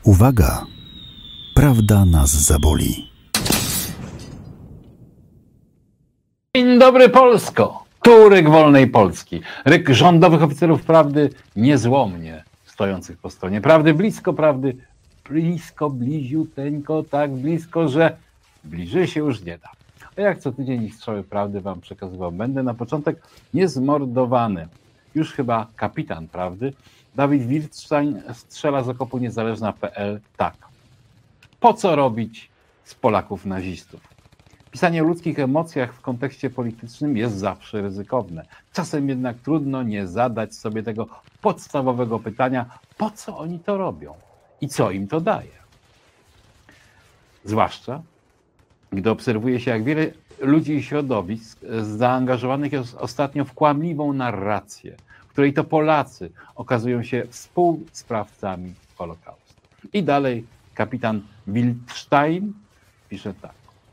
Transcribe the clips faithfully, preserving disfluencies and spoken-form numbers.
Uwaga! Prawda nas zaboli. Dzień dobry Polsko! Tu ryk wolnej Polski. Ryk rządowych oficerów prawdy niezłomnie stojących po stronie prawdy, blisko prawdy, blisko, bliziuteńko, tak blisko, że bliżej się już nie da. A jak co tydzień ich strzały prawdy wam przekazywał będę. Na początek niezmordowany, już chyba kapitan prawdy, Dawid Wirtstein strzela z okopu niezależna kropka p l tak. Po co robić z Polaków nazistów? Pisanie o ludzkich emocjach w kontekście politycznym jest zawsze ryzykowne. Czasem jednak trudno nie zadać sobie tego podstawowego pytania, po co oni to robią i co im to daje. Zwłaszcza, gdy obserwuje się, jak wiele ludzi i środowisk zaangażowanych jest ostatnio w kłamliwą narrację, w której to Polacy okazują się współsprawcami Holokaustu. I dalej kapitan Wirtstein pisze tak.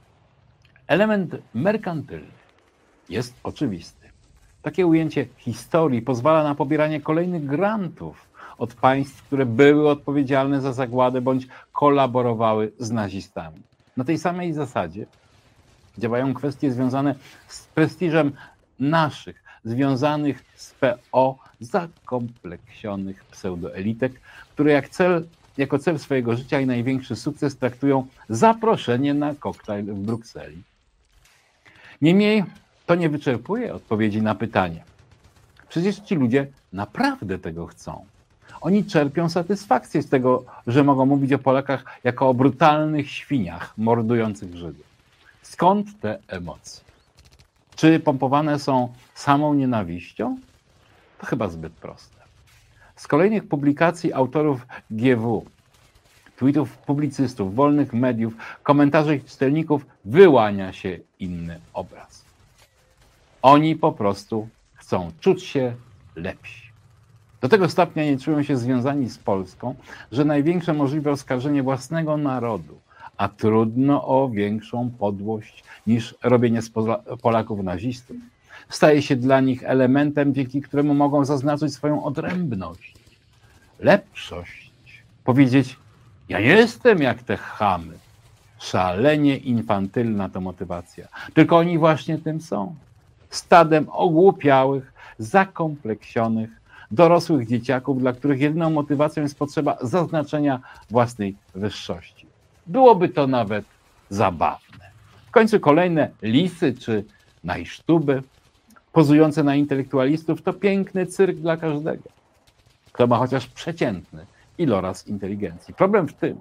Element merkantylny jest oczywisty. Takie ujęcie historii pozwala na pobieranie kolejnych grantów od państw, które były odpowiedzialne za zagładę bądź kolaborowały z nazistami. Na tej samej zasadzie działają kwestie związane z prestiżem naszych, związanych z P O, zakompleksionych pseudoelitek, które jak cel, jako cel swojego życia i największy sukces traktują zaproszenie na koktajl w Brukseli. Niemniej to nie wyczerpuje odpowiedzi na pytanie. Przecież ci ludzie naprawdę tego chcą. Oni czerpią satysfakcję z tego, że mogą mówić o Polakach jako o brutalnych świniach mordujących Żydów. Skąd te emocje? Czy pompowane są samą nienawiścią? To chyba zbyt proste. Z kolejnych publikacji autorów G W, tweetów publicystów, wolnych mediów, komentarzy ich czytelników wyłania się inny obraz. Oni po prostu chcą czuć się lepsi. Do tego stopnia nie czują się związani z Polską, że największe możliwe oskarżenie własnego narodu, a trudno o większą podłość niż robienie z Polaków nazistów, staje się dla nich elementem, dzięki któremu mogą zaznaczyć swoją odrębność, lepszość, powiedzieć: ja nie jestem jak te chamy. Szalenie infantylna to motywacja. Tylko oni właśnie tym są. Stadem ogłupiałych, zakompleksionych, dorosłych dzieciaków, dla których jedyną motywacją jest potrzeba zaznaczenia własnej wyższości. Byłoby to nawet zabawne. W końcu kolejne lisy czy najsztuby pozujące na intelektualistów to piękny cyrk dla każdego, kto ma chociaż przeciętny iloraz inteligencji. Problem w tym,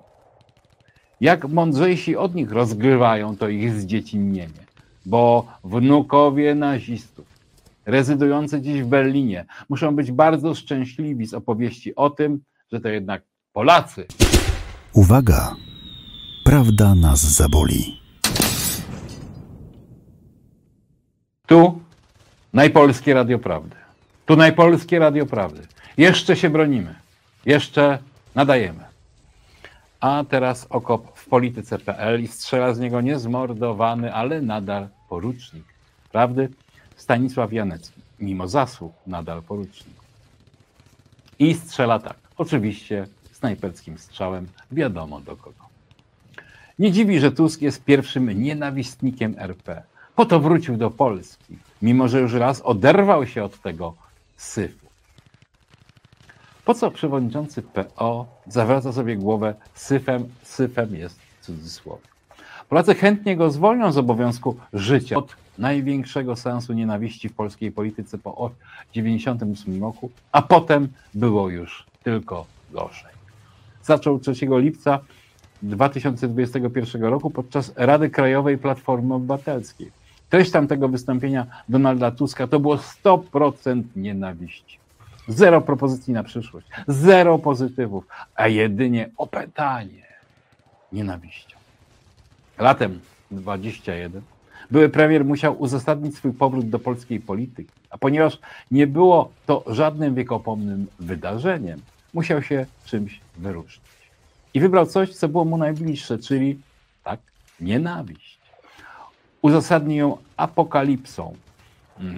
jak mądrzejsi od nich rozgrywają to ich zdziecinnienie, bo wnukowie nazistów rezydujący dziś w Berlinie muszą być bardzo szczęśliwi z opowieści o tym, że to jednak Polacy. Uwaga! Prawda nas zaboli. Tu Najpolskie Radio Prawdy. Tu Najpolskie Radio Prawdy. Jeszcze się bronimy. Jeszcze nadajemy. A teraz okop w polityce kropka p l i strzela z niego niezmordowany, ale nadal porucznik prawdy, Stanisław Janecki. Mimo zasług nadal porucznik. I strzela tak. Oczywiście snajperskim strzałem wiadomo do kogo. Nie dziwi, że Tusk jest pierwszym nienawistnikiem R P. Po to wrócił do Polski, mimo że już raz oderwał się od tego syfu. Po co przewodniczący P O zawraca sobie głowę syfem, syfem jest w cudzysłowie. Polacy chętnie go zwolnią z obowiązku życia od największego seansu nienawiści w polskiej polityce po dziewięćdziesiątym ósmym roku, a potem było już tylko gorzej. Zaczął trzeciego lipca dwa tysiące dwudziestego pierwszego roku podczas Rady Krajowej Platformy Obywatelskiej. Treść tamtego wystąpienia Donalda Tuska to było sto procent nienawiści. Zero propozycji na przyszłość, zero pozytywów, a jedynie opętanie nienawiścią. Latem dwudziestego pierwszego były premier musiał uzasadnić swój powrót do polskiej polityki, a ponieważ nie było to żadnym wiekopomnym wydarzeniem, musiał się czymś wyróżnić. I wybrał coś, co było mu najbliższe, czyli tak, nienawiść. Uzasadnił ją apokalipsą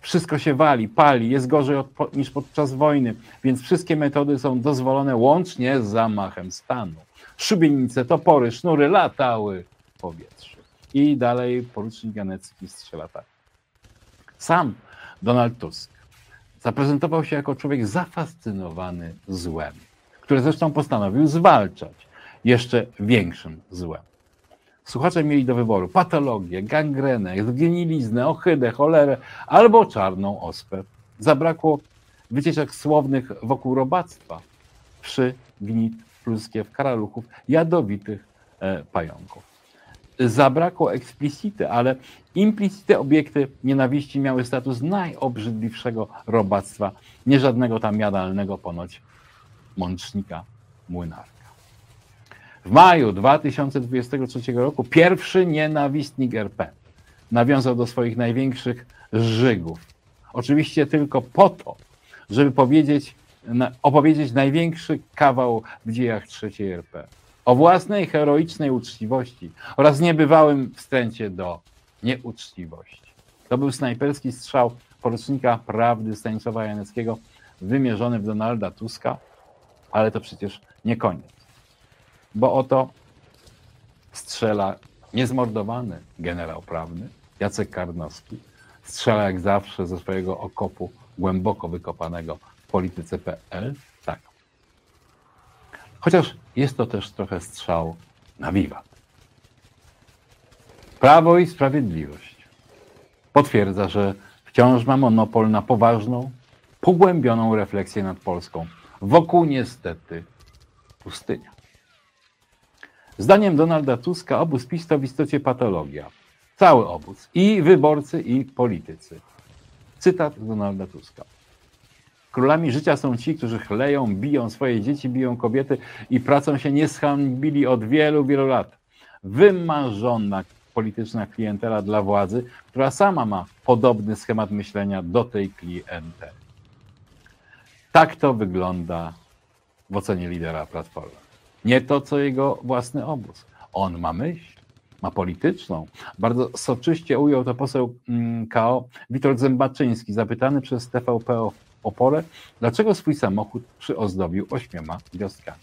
Wszystko się wali, pali, jest gorzej od, niż podczas wojny, więc wszystkie metody są dozwolone łącznie z zamachem stanu. Szubienice, topory, sznury latały w powietrzu. I dalej porucznik Janecki strzela tak. Sam Donald Tusk zaprezentował się jako człowiek zafascynowany złem, które zresztą postanowił zwalczać jeszcze większym złem. Słuchacze mieli do wyboru patologię, gangrenę, zgniliznę, ohydę, cholerę albo czarną ospę. Zabrakło wycieczek słownych wokół robactwa, wszy, gnit, pluskiew, karaluchów, jadowitych e, pająków. Zabrakło eksplicity, ale implicite obiekty nienawiści miały status najobrzydliwszego robactwa, nie żadnego tam jadalnego ponoć mącznika młynarka. W maju dwa tysiące dwudziestego trzeciego roku pierwszy nienawistnik er pe nawiązał do swoich największych żygów. Oczywiście tylko po to, żeby powiedzieć, opowiedzieć największy kawał w dziejach trzeciej er pe. O własnej heroicznej uczciwości oraz niebywałym wstręcie do nieuczciwości. To był snajperski strzał porucznika prawdy Stanisława Janeckiego wymierzony w Donalda Tuska, ale to przecież nie koniec. Bo oto strzela niezmordowany generał prawny Jacek Karnowski. Strzela jak zawsze ze swojego okopu głęboko wykopanego w polityce kropka pe el. Tak. Chociaż jest to też trochę strzał na wiwat. Prawo i Sprawiedliwość potwierdza, że wciąż ma monopol na poważną, pogłębioną refleksję nad Polską. Wokół niestety pustynia. Zdaniem Donalda Tuska obóz PiS to w istocie patologia. Cały obóz. I wyborcy, i politycy. Cytat z Donalda Tuska. Królami życia są ci, którzy chleją, biją swoje dzieci, biją kobiety i pracą się nie zhańbili od wielu, wielu lat. Wymarzona polityczna klientela dla władzy, która sama ma podobny schemat myślenia do tej klienteli. Tak to wygląda w ocenie lidera Platformy. Nie to, co jego własny obóz. On ma myśl, ma polityczną. Bardzo soczyście ujął to poseł K O Witold Zębaczyński, zapytany przez T V P Opole, dlaczego swój samochód przyozdobił ośmioma gwiazdkami.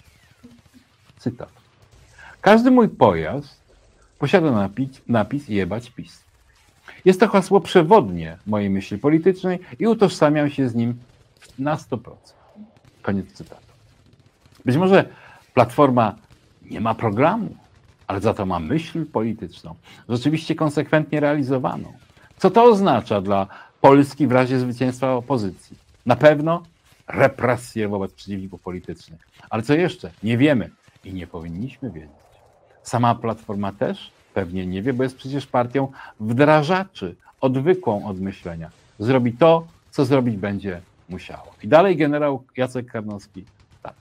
Cytat. Każdy mój pojazd posiada napis, napis jebać PiS. Jest to hasło przewodnie mojej myśli politycznej i utożsamiam się z nim na sto procent. Koniec cytatu. Być może Platforma nie ma programu, ale za to ma myśl polityczną, rzeczywiście konsekwentnie realizowaną. Co to oznacza dla Polski w razie zwycięstwa opozycji? Na pewno represje wobec przeciwników politycznych. Ale co jeszcze? Nie wiemy i nie powinniśmy wiedzieć. Sama Platforma też pewnie nie wie, bo jest przecież partią wdrażaczy, odwykłą od myślenia. Zrobi to, co zrobić będzie musiało. I dalej generał Jacek Karnowski. Tak.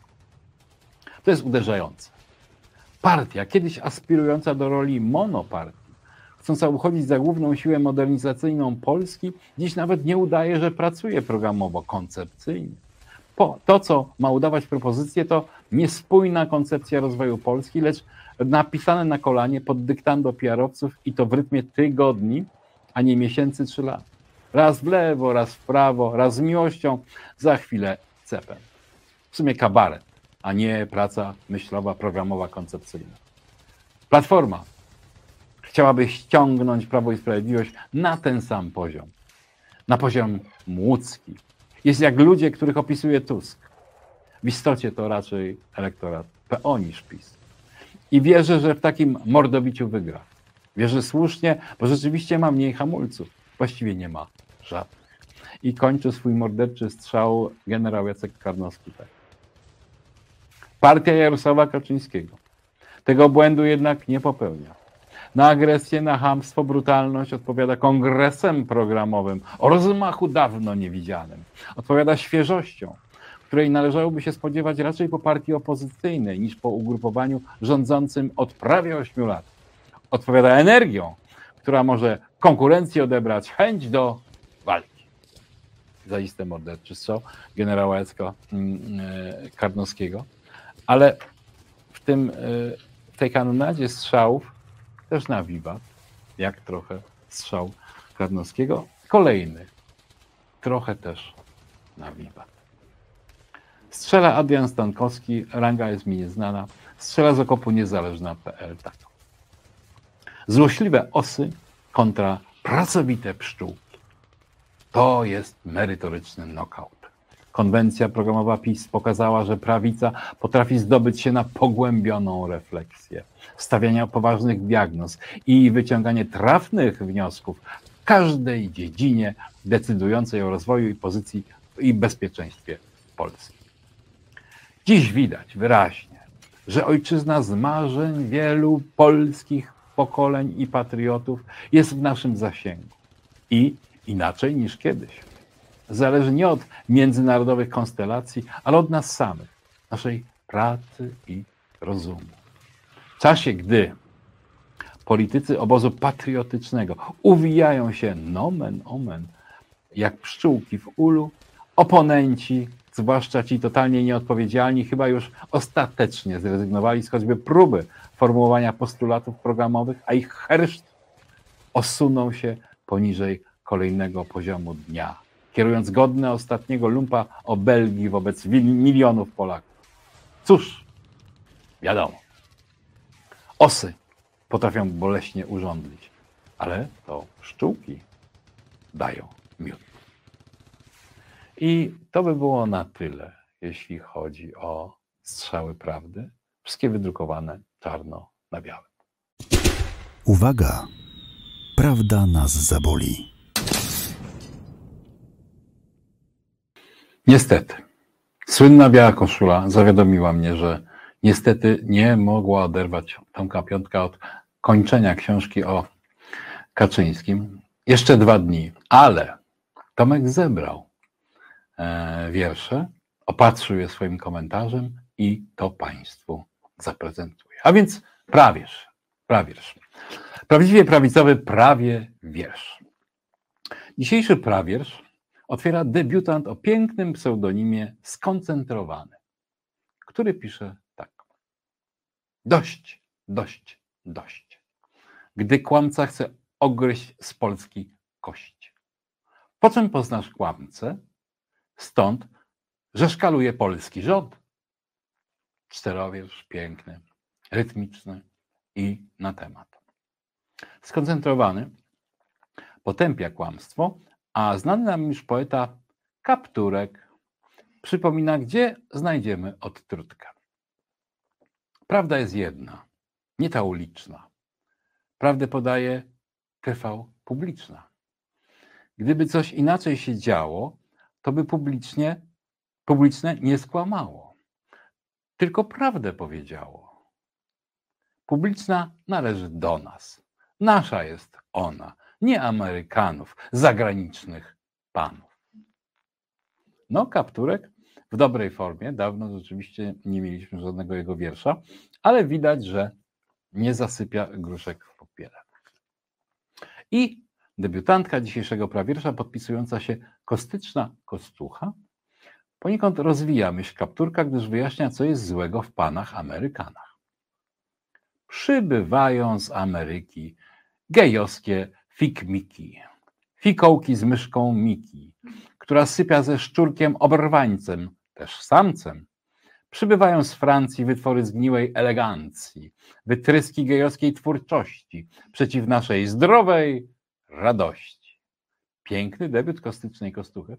To jest uderzające. Partia, kiedyś aspirująca do roli monopartii, chcąca uchodzić za główną siłę modernizacyjną Polski, dziś nawet nie udaje, że pracuje programowo, koncepcyjnie. Po, to, co ma udawać propozycję, to niespójna koncepcja rozwoju Polski, lecz napisane na kolanie pod dyktando P R-owców i to w rytmie tygodni, a nie miesięcy czy lat. Raz w lewo, raz w prawo, raz z miłością, za chwilę cepem. W sumie kabaret, a nie praca myślowa, programowa, koncepcyjna. Platforma chciałaby ściągnąć Prawo i Sprawiedliwość na ten sam poziom. Na poziom łódzki. Jest jak ludzie, których opisuje Tusk. W istocie to raczej elektorat P O niż PiS. I wierzę, że w takim mordowiciu wygra. Wierzę słusznie, bo rzeczywiście ma mniej hamulców. Właściwie nie ma żadnych. I kończy swój morderczy strzał generał Jacek Karnowski tak. Partia Jarosława Kaczyńskiego tego błędu jednak nie popełnia. Na agresję, na chamstwo, brutalność odpowiada kongresem programowym o rozmachu dawno niewidzianym. Odpowiada świeżością, której należałoby się spodziewać raczej po partii opozycyjnej niż po ugrupowaniu rządzącym od prawie ośmiu lat. Odpowiada energią, która może konkurencji odebrać chęć do walki. Zaiste morderczy strzał generała Jacka Karnowskiego. Ale w, tym, w tej kanonadzie strzałów też na wiwat, jak trochę strzał Karnowskiego, kolejny trochę też na wiwat. Strzela Adrian Stankowski, ranga jest mi nieznana, strzela z okopu niezależna kropka pe el. Tak. Złośliwe osy kontra pracowite pszczółki. To jest merytoryczny knockout. Konwencja programowa PiS pokazała, że prawica potrafi zdobyć się na pogłębioną refleksję, stawiania poważnych diagnoz i wyciąganie trafnych wniosków w każdej dziedzinie decydującej o rozwoju i pozycji i bezpieczeństwie Polski. Dziś widać wyraźnie, że ojczyzna z marzeń wielu polskich pokoleń i patriotów jest w naszym zasięgu. I inaczej niż kiedyś. Zależy nie od międzynarodowych konstelacji, ale od nas samych, naszej pracy i rozumu. W czasie, gdy politycy obozu patriotycznego uwijają się nomen omen jak pszczółki w ulu, oponenci, zwłaszcza ci totalnie nieodpowiedzialni, chyba już ostatecznie zrezygnowali z choćby próby formułowania postulatów programowych, a ich herszt osunął się poniżej kolejnego poziomu dnia, kierując godne ostatniego lumpa obelgi wobec milionów Polaków. Cóż, wiadomo, osy potrafią boleśnie urządlić, ale to pszczółki dają miód. I to by było na tyle, jeśli chodzi o strzały prawdy. Wszystkie wydrukowane czarno na białym. Uwaga! Prawda nas zaboli. Niestety, słynna biała koszula zawiadomiła mnie, że niestety nie mogła oderwać Tomka Piątka od kończenia książki o Kaczyńskim. Jeszcze dwa dni, ale Tomek zebrał e, wiersze, opatrzył je swoim komentarzem i to Państwu zaprezentuje. A więc prawierz, prawierz. Prawdziwie prawicowy prawie wiersz. Dzisiejszy prawiersz otwiera debiutant o pięknym pseudonimie Skoncentrowany, który pisze tak. Dość, dość, dość. Gdy kłamca chce ogryźć z Polski kość. Po czym poznasz kłamcę? Stąd, że szkaluje polski rząd. Czterowiersz piękny, rytmiczny i na temat. Skoncentrowany potępia kłamstwo, a znany nam już poeta Kapturek przypomina, gdzie znajdziemy odtrutkę. Prawda jest jedna, nie ta uliczna. Prawdę podaje T V publiczna. Gdyby coś inaczej się działo, to by publicznie, publiczne nie skłamało. Tylko prawdę powiedziało. Publiczna należy do nas. Nasza jest ona, nie Amerykanów, zagranicznych panów. No, Kapturek w dobrej formie. Dawno rzeczywiście nie mieliśmy żadnego jego wiersza, ale widać, że nie zasypia gruszek w popiele. I debiutantka dzisiejszego prawiersza, podpisująca się Kostyczna Kostucha, poniekąd rozwija myśl Kapturka, gdyż wyjaśnia, co jest złego w panach Amerykanach. Przybywają z Ameryki gejowskie fikmiki, fikołki z myszką Miki, która sypia ze szczurkiem oberwańcem, też samcem. Przybywają z Francji wytwory zgniłej elegancji, wytryski gejowskiej twórczości przeciw naszej zdrowej radości. Piękny debiut Kostycznej Kostuchy.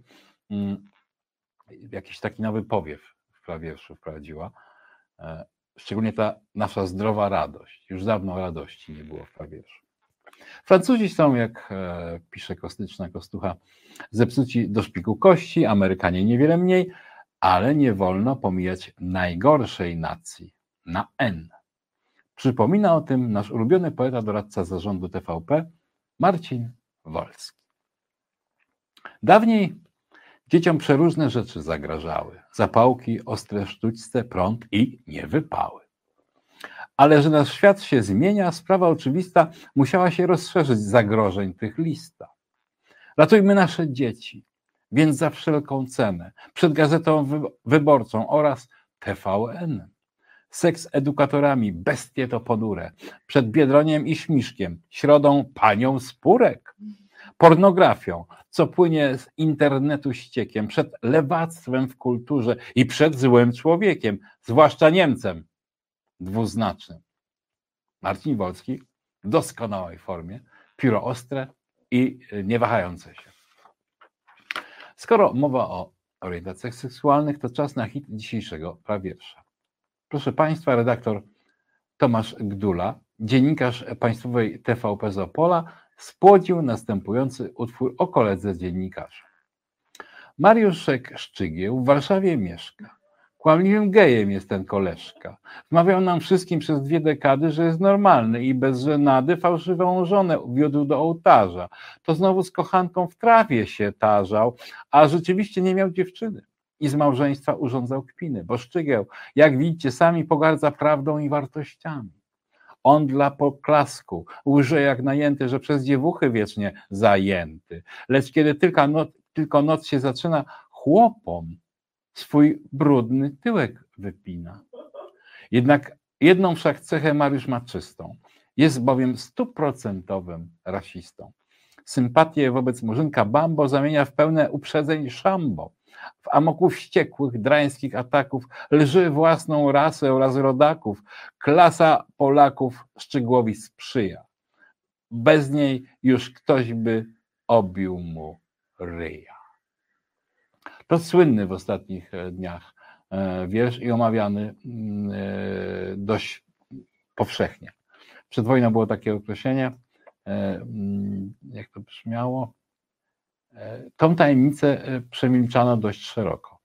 Jakiś taki nowy powiew w prawierszu wprowadziła. Szczególnie ta nasza zdrowa radość. Już dawno radości nie było w prawierszu. Francuzi są, jak e, pisze Kostyczna Kostucha, zepsuci do szpiku kości, Amerykanie niewiele mniej, ale nie wolno pomijać najgorszej nacji, na N. Przypomina o tym nasz ulubiony poeta, doradca zarządu T V P, Marcin Wolski. Dawniej dzieciom przeróżne rzeczy zagrażały. Zapałki, ostre sztućce, prąd i niewypały. Ale że nasz świat się zmienia, sprawa oczywista musiała się rozszerzyć zagrożeń tych lista. Ratujmy nasze dzieci, więc za wszelką cenę, przed Gazetą Wyborczą oraz T V N. Seks edukatorami, bestie to ponure, przed Biedroniem i Śmiszkiem, środą panią Spurek. pornografią, co płynie z internetu ściekiem, przed lewactwem w kulturze i przed złym człowiekiem, zwłaszcza Niemcem dwuznacznym. Marcin Wolski w doskonałej formie, pióro ostre i niewahające się. Skoro mowa o orientacjach seksualnych, to czas na hit dzisiejszego prawiersza. Proszę Państwa, redaktor Tomasz Gdula, dziennikarz państwowej T V P z Opola, spłodził następujący utwór o koledze dziennikarza. Mariuszek Szczygieł w Warszawie mieszka. Kłamliwym gejem jest ten koleżka. Wmawiał nam wszystkim przez dwie dekady, że jest normalny i bez żenady fałszywą żonę wiódł do ołtarza. To znowu z kochanką w trawie się tarzał, a rzeczywiście nie miał dziewczyny. I z małżeństwa urządzał kpiny, bo Szczygieł, jak widzicie sami, pogardza prawdą i wartościami. On dla poklasku łże jak najęty, że przez dziewuchy wiecznie zajęty. Lecz kiedy tylko noc, tylko noc się zaczyna, chłopom swój brudny tyłek wypina. Jednak jedną wszak cechę Mariusz ma czystą. Jest bowiem stuprocentowym rasistą. Sympatię wobec murzynka Bambo zamienia w pełne uprzedzeń Szambo. W amoku wściekłych, drańskich ataków lży własną rasę oraz rodaków. Klasa Polaków Szczygłowi sprzyja. Bez niej już ktoś by obił mu ryja. To słynny w ostatnich dniach wiersz i omawiany dość powszechnie. Przed wojną było takie określenie, jak to brzmiało, tą tajemnicę przemilczano dość szeroko.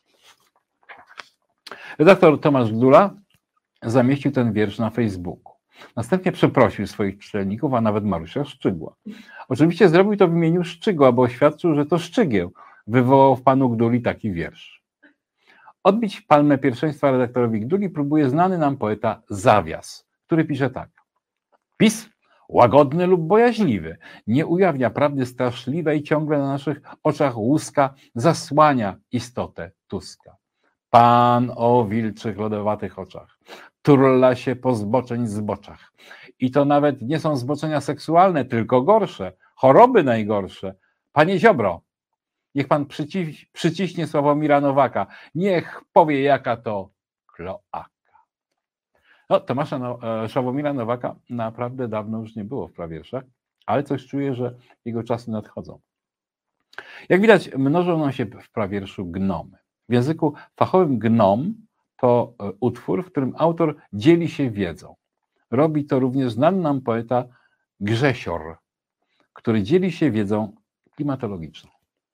Redaktor Tomasz Gdula zamieścił ten wiersz na Facebooku. Następnie przeprosił swoich czytelników, a nawet Mariusza Szczygła. Oczywiście zrobił to w imieniu Szczygła, bo oświadczył, że to Szczygieł wywołał w panu Gduli taki wiersz. Odbić palmę pierwszeństwa redaktorowi Gduli próbuje znany nam poeta Zawias, który pisze tak. PiS, łagodny lub bojaźliwy, nie ujawnia prawdy straszliwej, ciągle na naszych oczach łuska, zasłania istotę Tuska. Pan o wilczych, lodowatych oczach turla się po zboczeń zboczach. I to nawet nie są zboczenia seksualne, tylko gorsze, choroby najgorsze. Panie Ziobro, niech pan przyci przyciśnie Sławomira Nowaka. Niech powie, jaka to kloaka. No, Tomasza no, Sławomira Nowaka naprawdę dawno już nie było w prawierszach, ale coś czuję, że jego czasy nadchodzą. Jak widać, mnożą nam się w prawierszu gnomy. W języku fachowym gnom to utwór, w którym autor dzieli się wiedzą. Robi to również znany nam poeta Grzesior, który dzieli się wiedzą klimatologiczną.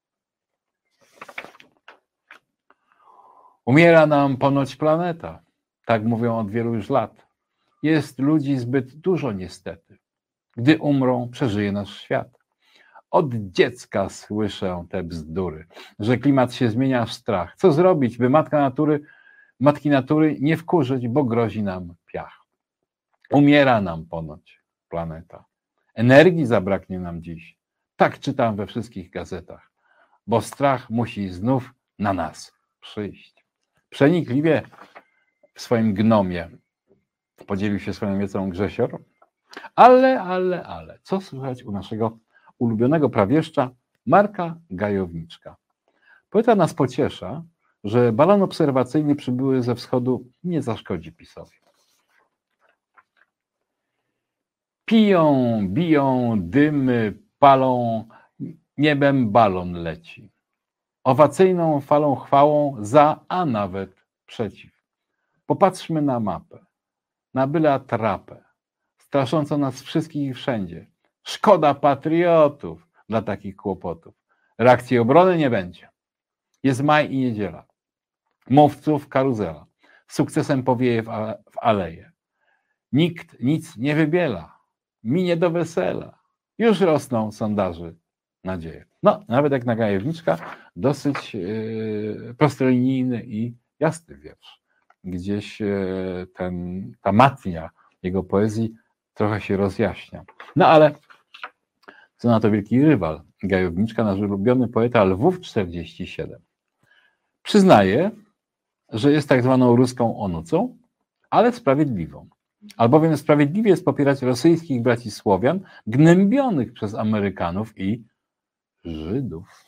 Umiera nam ponoć planeta, tak mówią od wielu już lat. Jest ludzi zbyt dużo niestety. Gdy umrą, przeżyje nasz świat. Od dziecka słyszę te bzdury, że klimat się zmienia w strach. Co zrobić, by matka natury, matki natury nie wkurzyć, bo grozi nam piach. Umiera nam ponoć planeta. Energii zabraknie nam dziś. Tak czytam we wszystkich gazetach, bo strach musi znów na nas przyjść. Przenikliwie w swoim gnomie podzielił się swoją wiedzą Grzesior, ale, ale, ale, co słychać u naszego ulubionego prawieszcza Marka Gajowniczka. Poeta nas pociesza, że balon obserwacyjny przybyły ze wschodu nie zaszkodzi PiS-owi. Piją, biją, dymy, palą, niebem balon leci. Owacyjną falą chwałą za, a nawet przeciw. Popatrzmy na mapę, na byle atrapę, straszącą nas wszystkich i wszędzie. Szkoda patriotów dla takich kłopotów. Reakcji obrony nie będzie. Jest maj i niedziela. Mówców karuzela. Sukcesem powieje w, ale, w aleje. Nikt nic nie wybiela. Minie do wesela. Już rosną sondaży nadzieje. No, nawet jak na Gajowniczka, dosyć yy, prostolinijny i jasny wiersz. Gdzieś yy, ten, ta matnia jego poezji trochę się rozjaśnia. No ale co na to wielki rywal Gajowniczka, nasz ulubiony poeta Lwów czterdzieści siedem. Przyznaje, że jest tak zwaną ruską onucą, ale sprawiedliwą. Albowiem sprawiedliwie jest popierać rosyjskich braci Słowian gnębionych przez Amerykanów i Żydów.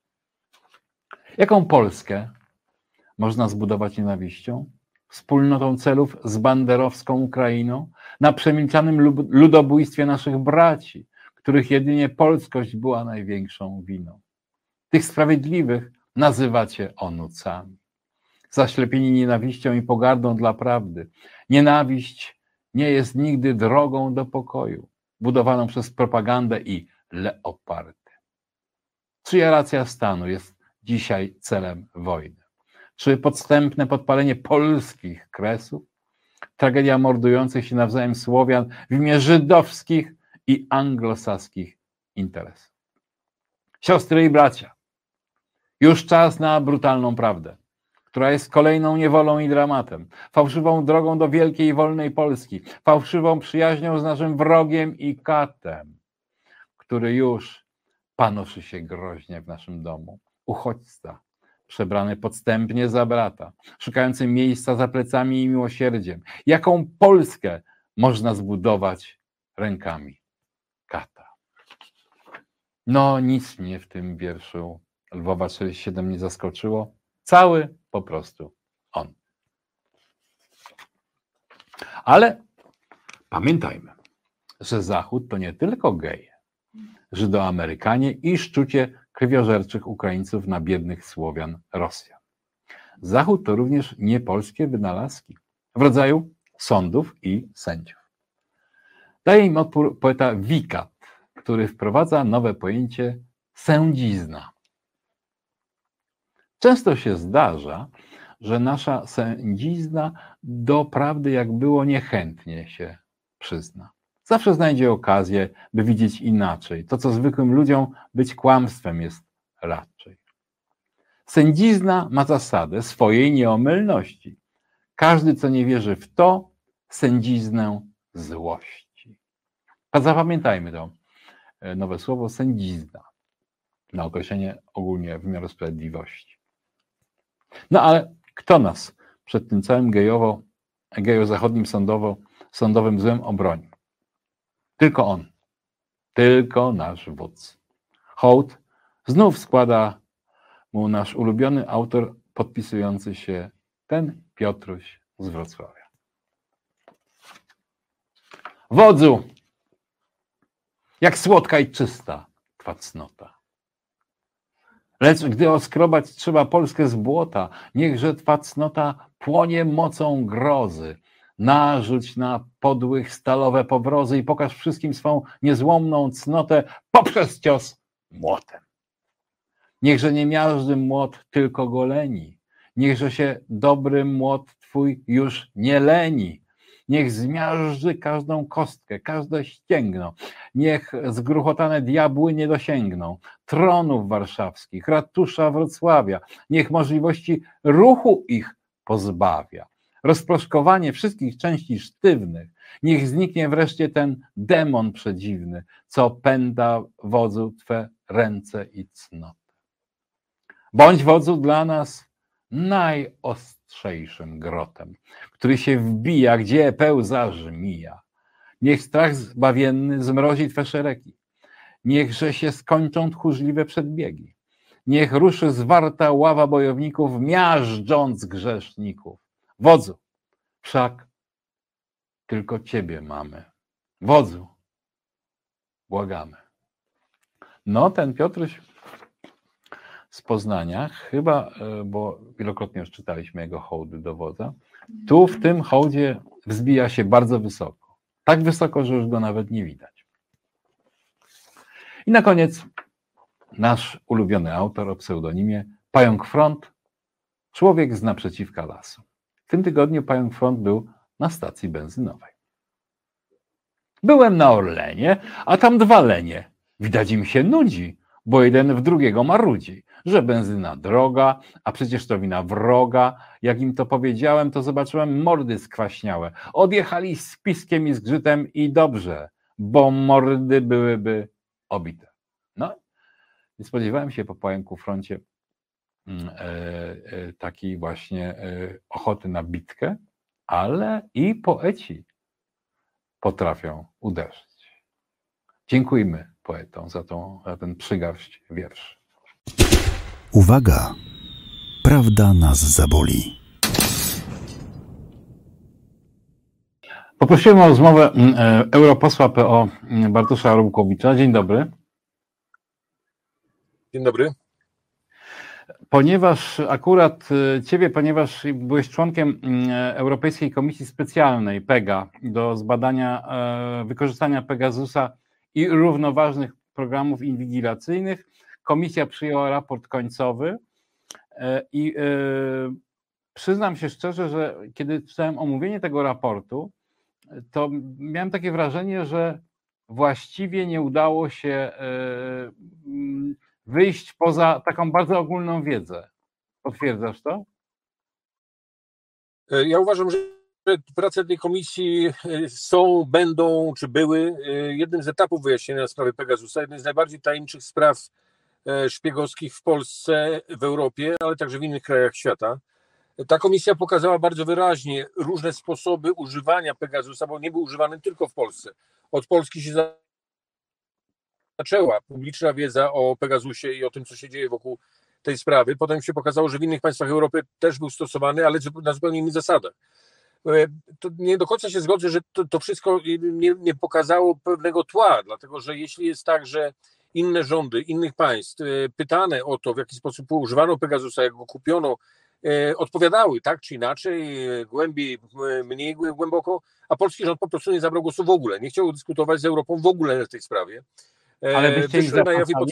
Jaką Polskę można zbudować nienawiścią? Wspólnotą celów z banderowską Ukrainą, na przemilczanym ludobójstwie naszych braci, których jedynie polskość była największą winą. Tych sprawiedliwych nazywacie onucami. Zaślepieni nienawiścią i pogardą dla prawdy. Nienawiść nie jest nigdy drogą do pokoju, budowaną przez propagandę i leopardy. Czyja racja stanu jest dzisiaj celem wojny? Czy podstępne podpalenie polskich kresów? Tragedia mordujących się nawzajem Słowian w imię żydowskich i anglosaskich interesów. Siostry i bracia, już czas na brutalną prawdę, która jest kolejną niewolą i dramatem, fałszywą drogą do wielkiej wolnej Polski, fałszywą przyjaźnią z naszym wrogiem i katem, który już panoszy się groźnie w naszym domu. Uchodźca, przebrany podstępnie za brata, szukający miejsca za plecami i miłosierdziem. Jaką Polskę można zbudować rękami kata? No, nic mnie w tym wierszu Lwowa sześćdziesiąt siedem nie zaskoczyło. Cały po prostu on. Ale pamiętajmy, że Zachód to nie tylko geje, Żydoamerykanie i szczucie krwiożerczych Ukraińców na biednych Słowian Rosjan. Zachód to również niepolskie wynalazki w rodzaju sądów i sędziów. Daje im odpór poeta Wikat, który wprowadza nowe pojęcie sędzizna. Często się zdarza, że nasza sędzizna do prawdy, jak było, niechętnie się przyzna. Zawsze znajdzie okazję, by widzieć inaczej. To, co zwykłym ludziom być kłamstwem, jest raczej. Sędzizna ma zasadę swojej nieomylności. Każdy, co nie wierzy w to, sędziznę złości. A zapamiętajmy to nowe słowo sędzizna na określenie ogólnie wymiaru sprawiedliwości. No ale kto nas przed tym całym gejowo, gejozachodnim sądowo, sądowym złem obroni? Tylko on. Tylko nasz wódz. Hołd znów składa mu nasz ulubiony autor podpisujący się ten Piotruś z Wrocławia. Wodzu, jak słodka i czysta twa cnota. Lecz gdy oskrobać trzeba Polskę z błota, niechże twa cnota płonie mocą grozy. Narzuć na podłych stalowe powrozy i pokaż wszystkim swą niezłomną cnotę poprzez cios młotem. Niechże nie miażdży młot tylko goleni, niechże się dobry młot twój już nie leni. Niech zmiażdży każdą kostkę, każde ścięgno. Niech zgruchotane diabły nie dosięgną tronów warszawskich, ratusza Wrocławia. Niech możliwości ruchu ich pozbawia. Rozproszkowanie wszystkich części sztywnych. Niech zniknie wreszcie ten demon przedziwny, co pęda wodzu twe ręce i cnoty. Bądź wodzu dla nas najostrzejszym grotem, który się wbija, gdzie pełza żmija. Niech strach zbawienny zmrozi twe szeregi. Niechże się skończą tchórzliwe przedbiegi. Niech ruszy zwarta ława bojowników, miażdżąc grzeszników. Wodzu, wszak tylko ciebie mamy. Wodzu, błagamy. No, ten Piotruś z Poznania, chyba, bo wielokrotnie już czytaliśmy jego hołdy do wodza, tu w tym hołdzie wzbija się bardzo wysoko. Tak wysoko, że już go nawet nie widać. I na koniec nasz ulubiony autor o pseudonimie Pająk Front, człowiek z naprzeciwka lasu. W tym tygodniu Pająk Front był na stacji benzynowej. Byłem na Orlenie, a tam dwa lenie. Widać im się nudzi, bo jeden w drugiego marudzi, że benzyna droga, a przecież to wina wroga. Jak im to powiedziałem, to zobaczyłem mordy skwaśniałe. Odjechali z piskiem i zgrzytem i dobrze, bo mordy byłyby obite. No, nie spodziewałem się po Pająku Froncie e, e, takiej właśnie e, ochoty na bitkę, ale i poeci potrafią uderzyć. Dziękujmy poetą za, tą, za ten przygarść wierszy. Uwaga! Prawda nas zaboli. Poprosiłem o rozmowę europosła P O Bartosza Arłukowicza. Dzień dobry. Dzień dobry. Ponieważ akurat ciebie, ponieważ byłeś członkiem Europejskiej Komisji Specjalnej PEGA do zbadania wykorzystania Pegasusa i równoważnych programów inwigilacyjnych, komisja przyjęła raport końcowy i przyznam się szczerze, że kiedy czytałem omówienie tego raportu, to miałem takie wrażenie, że właściwie nie udało się wyjść poza taką bardzo ogólną wiedzę. Potwierdzasz to? Ja uważam, że prace tej komisji są, będą, czy były jednym z etapów wyjaśnienia sprawy Pegasusa, jednym z najbardziej tajemniczych spraw szpiegowskich w Polsce, w Europie, ale także w innych krajach świata. Ta komisja pokazała bardzo wyraźnie różne sposoby używania Pegasusa, bo nie był używany tylko w Polsce. Od Polski się zaczęła publiczna wiedza o Pegasusie i o tym, co się dzieje wokół tej sprawy. Potem się pokazało, że w innych państwach Europy też był stosowany, ale na zupełnie innych zasadach. To nie do końca się zgodzę, że to, to wszystko nie, nie pokazało pewnego tła, dlatego że jeśli jest tak, że inne rządy innych państw pytane o to, w jaki sposób używano Pegasusa, jak go kupiono, odpowiadały tak czy inaczej, głębiej, mniej głęboko, a polski rząd po prostu nie zabrał głosu w ogóle, nie chciał dyskutować z Europą w ogóle w tej sprawie. Ale byście ich zapraszali? Pod...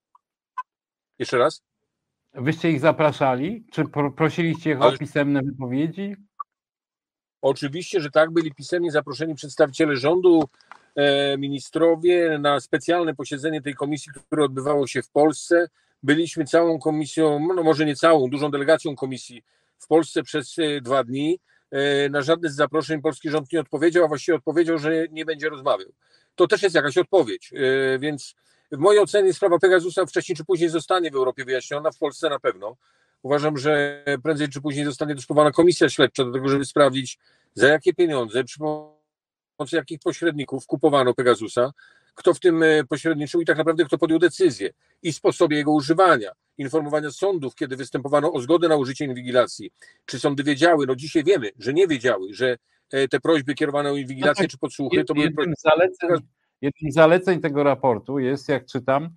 Jeszcze raz? Wyście ich zapraszali? Czy prosiliście ich Ale... o pisemne wypowiedzi? Oczywiście, że tak, byli pisemnie zaproszeni przedstawiciele rządu, ministrowie na specjalne posiedzenie tej komisji, które odbywało się w Polsce. Byliśmy całą komisją, no może nie całą, dużą delegacją komisji w Polsce przez dwa dni. Na żadne z zaproszeń polski rząd nie odpowiedział, a właściwie odpowiedział, że nie będzie rozmawiał. To też jest jakaś odpowiedź, więc w mojej ocenie sprawa Pegasusa wcześniej czy później zostanie w Europie wyjaśniona, w Polsce na pewno. Uważam, że prędzej czy później zostanie też powołana komisja śledcza do tego, żeby sprawdzić, za jakie pieniądze, przy pomocy jakich pośredników kupowano Pegasusa, kto w tym pośredniczył i tak naprawdę kto podjął decyzję i sposobie jego używania, informowania sądów, kiedy występowano o zgodę na użycie inwigilacji. Czy sądy wiedziały? No dzisiaj wiemy, że nie wiedziały, że te prośby kierowane o inwigilację no tak, czy podsłuchy to były prośby. Zaleceń, jednym z zaleceń tego raportu jest, jak czytam,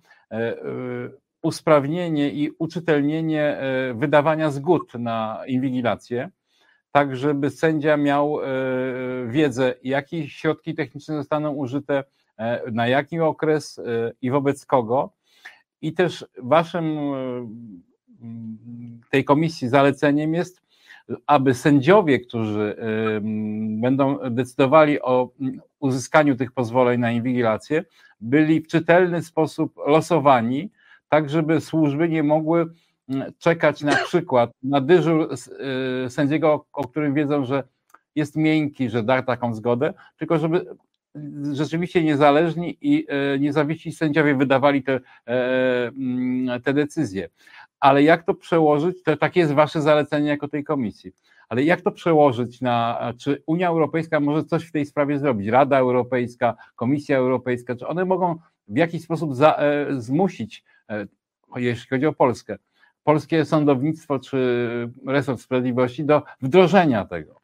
usprawnienie i uczytelnienie wydawania zgód na inwigilację, tak żeby sędzia miał wiedzę, jakie środki techniczne zostaną użyte, na jaki okres i wobec kogo. I też waszym tej komisji zaleceniem jest, aby sędziowie, którzy będą decydowali o uzyskaniu tych pozwoleń na inwigilację, byli w czytelny sposób losowani, tak żeby służby nie mogły czekać na przykład na dyżur sędziego, o którym wiedzą, że jest miękki, że da taką zgodę, tylko żeby rzeczywiście niezależni i niezawiści sędziowie wydawali te, te decyzje. Ale jak to przełożyć, to takie jest wasze zalecenie jako tej komisji, ale jak to przełożyć na, czy Unia Europejska może coś w tej sprawie zrobić, Rada Europejska, Komisja Europejska, czy one mogą w jakiś sposób za, zmusić, jeśli chodzi o Polskę, polskie sądownictwo czy resort sprawiedliwości do wdrożenia tego?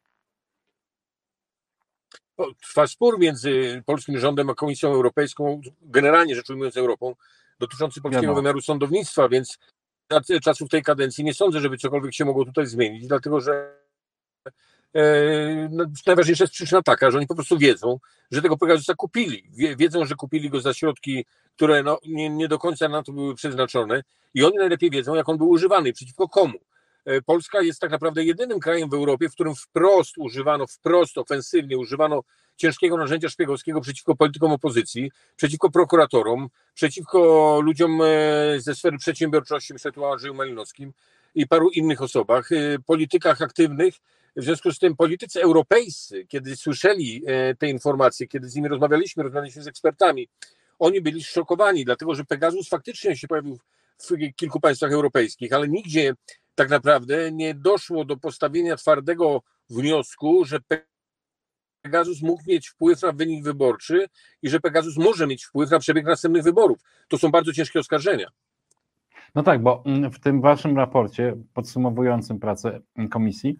Trwa spór między polskim rządem a Komisją Europejską, generalnie rzecz ujmując Europą, dotyczący polskiego Wiadomo. wymiaru sądownictwa, więc za czasów tej kadencji nie sądzę, żeby cokolwiek się mogło tutaj zmienić, dlatego że e, no, najważniejsza jest przyczyna taka, że oni po prostu wiedzą, że tego Pegasusa kupili. Wie, wiedzą, że kupili go za środki, które no, nie, nie do końca na to były przeznaczone i oni najlepiej wiedzą, jak on był używany i przeciwko komu. Polska jest tak naprawdę jedynym krajem w Europie, w którym wprost używano, wprost ofensywnie używano ciężkiego narzędzia szpiegowskiego przeciwko politykom opozycji, przeciwko prokuratorom, przeciwko ludziom ze sfery przedsiębiorczości, myślę tu o Andrzeju Malinowskim i paru innych osobach, politykach aktywnych. W związku z tym politycy europejscy, kiedy słyszeli te informacje, kiedy z nimi rozmawialiśmy, rozmawialiśmy z ekspertami, oni byli zszokowani, dlatego że Pegasus faktycznie się pojawił w kilku państwach europejskich, ale nigdzie tak naprawdę nie doszło do postawienia twardego wniosku, że Pegasus mógł mieć wpływ na wynik wyborczy i że Pegasus może mieć wpływ na przebieg następnych wyborów. To są bardzo ciężkie oskarżenia. No tak, bo w tym waszym raporcie podsumowującym pracę komisji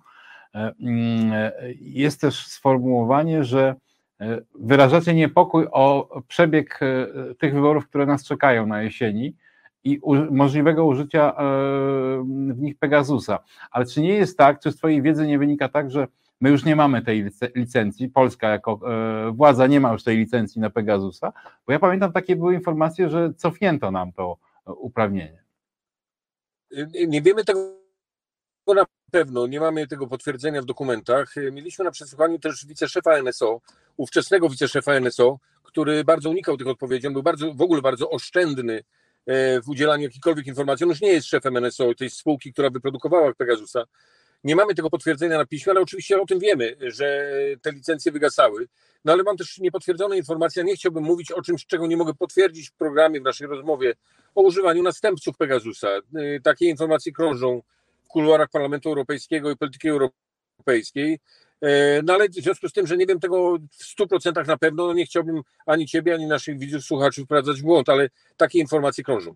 jest też sformułowanie, że wyrażacie niepokój o przebieg tych wyborów, które nas czekają na jesieni i u- możliwego użycia w nich Pegasusa. Ale czy nie jest tak, czy z twojej wiedzy nie wynika tak, że my już nie mamy tej lic- licencji, Polska jako e, władza nie ma już tej licencji na Pegasusa? Bo ja pamiętam, takie były informacje, że cofnięto nam to uprawnienie. Nie wiemy tego na pewno, nie mamy tego potwierdzenia w dokumentach. Mieliśmy na przesłuchaniu też wiceszefa N S O, ówczesnego wiceszefa N S O, który bardzo unikał tych odpowiedzi, on był bardzo, w ogóle bardzo oszczędny w udzielaniu jakichkolwiek informacji. On już nie jest szefem N S O, tej spółki, która wyprodukowała Pegasusa. Nie mamy tego potwierdzenia na piśmie, ale oczywiście o tym wiemy, że te licencje wygasały. No ale mam też niepotwierdzone informacje, nie chciałbym mówić o czymś, czego nie mogę potwierdzić w programie, w naszej rozmowie, o używaniu następców Pegasusa. Takie informacje krążą w kuluarach Parlamentu Europejskiego i polityki europejskiej. No ale w związku z tym, że nie wiem tego w stu procentach na pewno, no nie chciałbym ani ciebie, ani naszych widzów, słuchaczy wprowadzać w błąd, ale takie informacje krążą.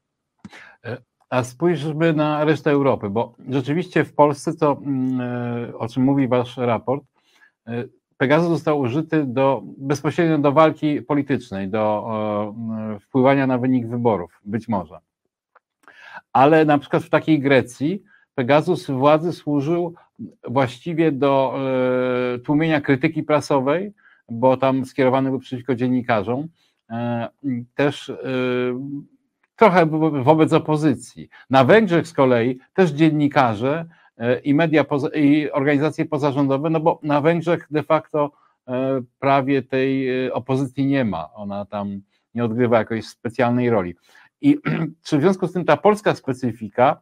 A spójrzmy na resztę Europy, bo rzeczywiście w Polsce, to, o czym mówi wasz raport, Pegasus został użyty do, bezpośrednio do walki politycznej, do wpływania na wynik wyborów, być może. Ale na przykład w takiej Grecji Pegasus władzy służył właściwie do tłumienia krytyki prasowej, bo tam skierowany był przeciwko dziennikarzom, też trochę wobec opozycji. Na Węgrzech z kolei też dziennikarze i media i organizacje pozarządowe, no bo na Węgrzech de facto prawie tej opozycji nie ma, ona tam nie odgrywa jakiejś specjalnej roli. I czy w związku z tym ta polska specyfika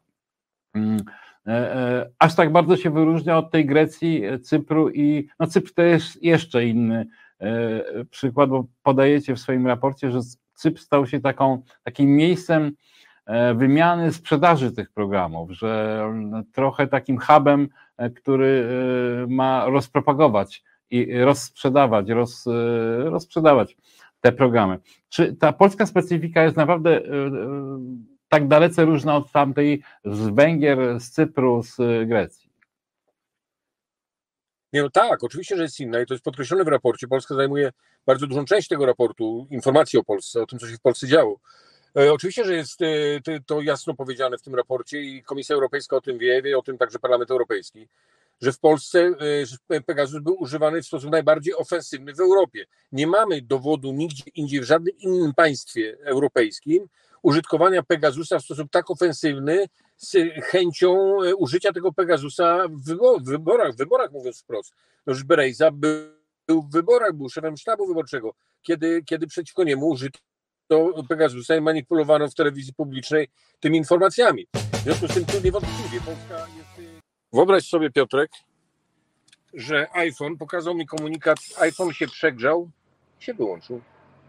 aż tak bardzo się wyróżnia od tej Grecji, Cypru i no Cypr to jest jeszcze inny przykład, bo podajecie w swoim raporcie, że Cypr stał się taką, takim miejscem wymiany, sprzedaży tych programów, że trochę takim hubem, który ma rozpropagować i rozsprzedawać, roz, rozsprzedawać te programy. Czy ta polska specyfika jest naprawdę tak dalece różna od tamtej z Węgier, z Cypru, z Grecji? Nie, no tak, oczywiście, że jest inna i to jest podkreślone w raporcie. Polska zajmuje bardzo dużą część tego raportu, informacji o Polsce, o tym, co się w Polsce działo. E, oczywiście, że jest e, to jasno powiedziane w tym raporcie i Komisja Europejska o tym wie, wie o tym także Parlament Europejski, że w Polsce e, Pegasus był używany w sposób najbardziej ofensywny w Europie. Nie mamy dowodu nigdzie indziej, w żadnym innym państwie europejskim, użytkowania Pegasusa w sposób tak ofensywny, z chęcią użycia tego Pegasusa w wyborach, w wyborach mówiąc wprost. No, że Berejza był w wyborach, był szefem sztabu wyborczego, kiedy, kiedy przeciwko niemu użyto Pegasusa i manipulowano w telewizji publicznej tymi informacjami. W związku z tym tu niewątpliwie Polska jest... Wyobraź sobie, Piotrek, że iPhone pokazał mi komunikat, iPhone się przegrzał i się wyłączył.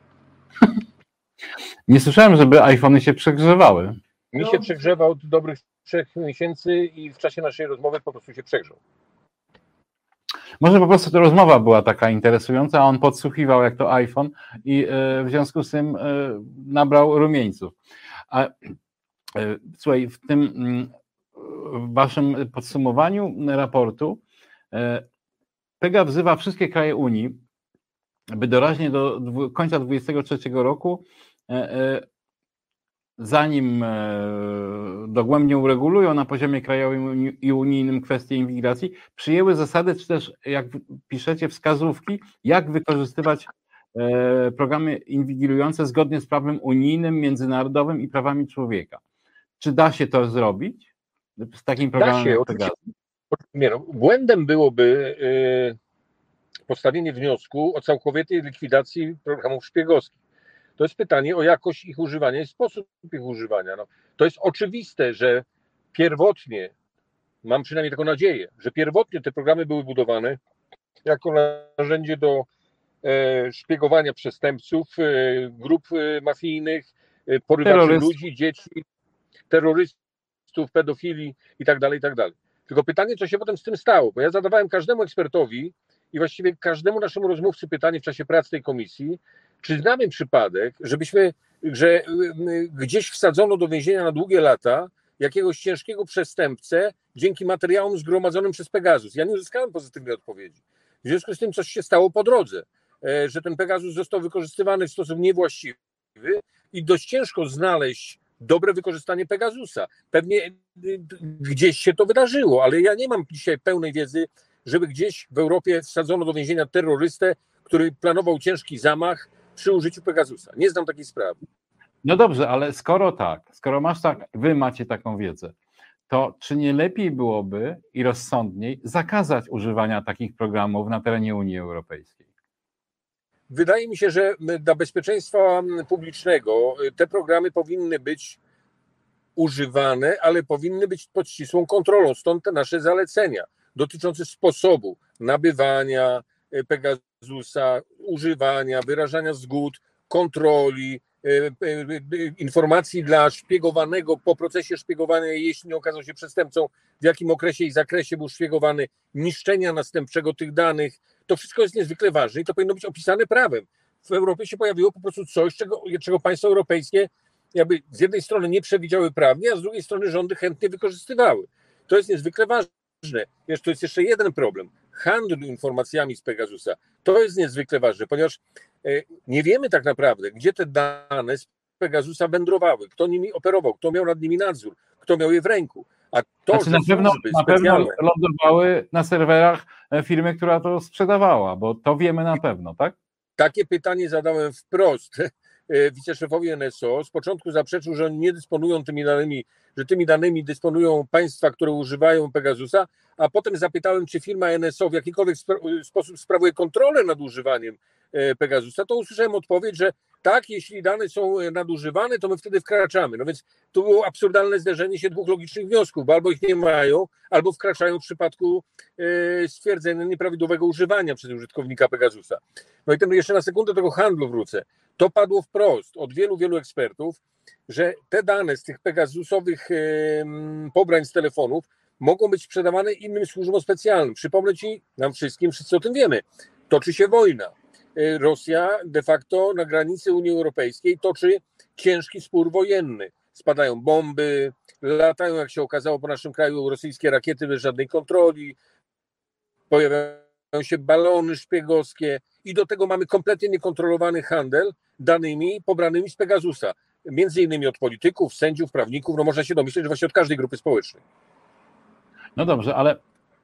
Nie słyszałem, żeby iPhony się przegrzewały. Mi się przegrzewał od dobrych trzech miesięcy i w czasie naszej rozmowy po prostu się przegrzał. Może po prostu ta rozmowa była taka interesująca, a on podsłuchiwał jak to iPhone i w związku z tym nabrał rumieńców. A słuchaj, w tym w waszym podsumowaniu raportu Pega wzywa wszystkie kraje Unii, by doraźnie do końca dwudziestego trzeciego roku, zanim dogłębnie uregulują na poziomie krajowym i unijnym kwestie imigracji, przyjęły zasady, czy też, jak piszecie, wskazówki, jak wykorzystywać programy inwigilujące zgodnie z prawem unijnym, międzynarodowym i prawami człowieka. Czy da się to zrobić z takim programem? Da się, oczywiście. Nie no, błędem byłoby postawienie wniosku o całkowitej likwidacji programów szpiegowskich. To jest pytanie o jakość ich używania i sposób ich używania. No, to jest oczywiste, że pierwotnie, mam przynajmniej taką nadzieję, że pierwotnie te programy były budowane jako narzędzie do e, szpiegowania przestępców, e, grup e, mafijnych, e, porywaczy Terroryst. ludzi, dzieci, terrorystów, pedofili i tak dalej, i tak dalej. Tylko pytanie, co się potem z tym stało, bo ja zadawałem każdemu ekspertowi i właściwie każdemu naszemu rozmówcy pytanie w czasie pracy tej komisji, czy znamy przypadek, żebyśmy, że gdzieś wsadzono do więzienia na długie lata jakiegoś ciężkiego przestępcę dzięki materiałom zgromadzonym przez Pegasus. Ja nie uzyskałem pozytywnej odpowiedzi. W związku z tym coś się stało po drodze, że ten Pegasus został wykorzystywany w sposób niewłaściwy i dość ciężko znaleźć dobre wykorzystanie Pegasusa. Pewnie gdzieś się to wydarzyło, ale ja nie mam dzisiaj pełnej wiedzy, żeby gdzieś w Europie wsadzono do więzienia terrorystę, który planował ciężki zamach przy użyciu Pegasusa. Nie znam takiej sprawy. No dobrze, ale skoro tak, skoro masz tak, wy macie taką wiedzę, to czy nie lepiej byłoby i rozsądniej zakazać używania takich programów na terenie Unii Europejskiej? Wydaje mi się, że dla bezpieczeństwa publicznego te programy powinny być używane, ale powinny być pod ścisłą kontrolą. Stąd te nasze zalecenia dotyczące sposobu nabywania Pegasusa, używania, wyrażania zgód, kontroli, informacji dla szpiegowanego po procesie szpiegowania, jeśli nie okazał się przestępcą, w jakim okresie i zakresie był szpiegowany, niszczenia następczego tych danych. To wszystko jest niezwykle ważne i to powinno być opisane prawem. W Europie się pojawiło po prostu coś, czego, czego państwa europejskie jakby z jednej strony nie przewidziały prawnie, a z drugiej strony rządy chętnie wykorzystywały. To jest niezwykle ważne. Wiesz, to jest jeszcze jeden problem. Handel informacjami z Pegasusa. To jest niezwykle ważne, ponieważ nie wiemy tak naprawdę, gdzie te dane z Pegasusa wędrowały, kto nimi operował, kto miał nad nimi nadzór, kto miał je w ręku. A to, znaczy, na pewno, na pewno lądowały na serwerach firmy, która to sprzedawała, bo to wiemy na pewno, tak? Takie pytanie zadałem wprost wiceszefowi N S O. Z początku zaprzeczył, że oni nie dysponują tymi danymi, że tymi danymi dysponują państwa, które używają Pegasusa, a potem zapytałem, czy firma N S O w jakikolwiek sposób sprawuje kontrolę nad używaniem Pegasusa, to usłyszałem odpowiedź, że tak, jeśli dane są nadużywane, to my wtedy wkraczamy. No więc tu było absurdalne zderzenie się dwóch logicznych wniosków, bo albo ich nie mają, albo wkraczają w przypadku stwierdzenia nieprawidłowego używania przez użytkownika Pegasusa. No i ten jeszcze na sekundę do tego handlu wrócę. To padło wprost od wielu, wielu ekspertów, że te dane z tych pegasusowych pobrań z telefonów mogą być sprzedawane innym służbom specjalnym. Przypomnę ci, nam wszystkim, wszyscy o tym wiemy, toczy się wojna. Rosja de facto na granicy Unii Europejskiej toczy ciężki spór wojenny. Spadają bomby, latają, jak się okazało, po naszym kraju rosyjskie rakiety bez żadnej kontroli, pojawiają się balony szpiegowskie i do tego mamy kompletnie niekontrolowany handel danymi pobranymi z Pegasusa. Między innymi od polityków, sędziów, prawników, no można się domyśleć, że właśnie od każdej grupy społecznej. No dobrze, ale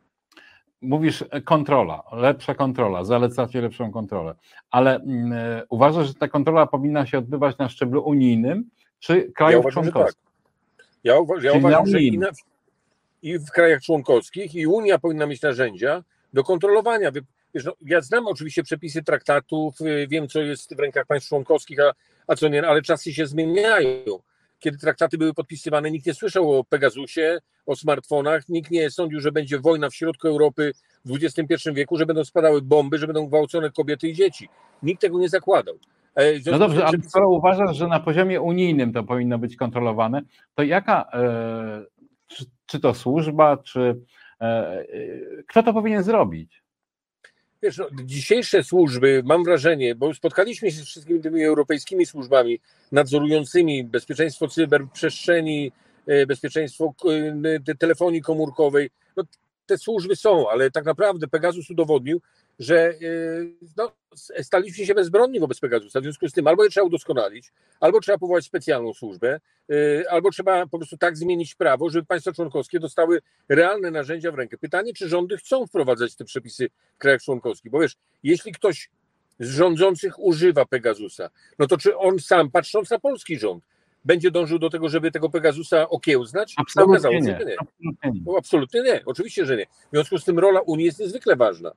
mówisz kontrola, lepsza kontrola, zalecacie lepszą kontrolę, ale mm, uważasz, że ta kontrola powinna się odbywać na szczeblu unijnym czy krajów ja członkowskich? Tak. Ja, uważ, ja uważam, że i, na, i w krajach członkowskich i Unia powinna mieć narzędzia do kontrolowania. Wiesz, no, ja znam oczywiście przepisy traktatów, wiem, co jest w rękach państw członkowskich, a, a co nie, ale czasy się zmieniają. Kiedy traktaty były podpisywane, nikt nie słyszał o Pegasusie, o smartfonach, nikt nie sądził, że będzie wojna w środku Europy w dwudziestym pierwszym wieku, że będą spadały bomby, że będą gwałcone kobiety i dzieci. Nikt tego nie zakładał. No dobrze, ale skoro uważasz, że na poziomie unijnym to powinno być kontrolowane, to jaka, e, czy, czy to służba, czy e, kto to powinien zrobić? Wiesz, no, dzisiejsze służby, mam wrażenie, bo spotkaliśmy się z wszystkimi tymi europejskimi służbami nadzorującymi bezpieczeństwo cyberprzestrzeni, bezpieczeństwo telefonii komórkowej. No, te służby są, ale tak naprawdę Pegasus udowodnił, że no, staliśmy się bezbronni wobec Pegasusa. W związku z tym albo je trzeba udoskonalić, albo trzeba powołać specjalną służbę, albo trzeba po prostu tak zmienić prawo, żeby państwa członkowskie dostały realne narzędzia w rękę. Pytanie, czy rządy chcą wprowadzać te przepisy w krajach członkowskich, bo wiesz, jeśli ktoś z rządzących używa Pegasusa, no to czy on sam, patrząc na polski rząd, będzie dążył do tego, żeby tego Pegasusa okiełznać? Absolutnie, okazało, nie. nie. Absolutnie nie. No, absolutnie nie, oczywiście, że nie. W związku z tym rola Unii jest niezwykle ważna.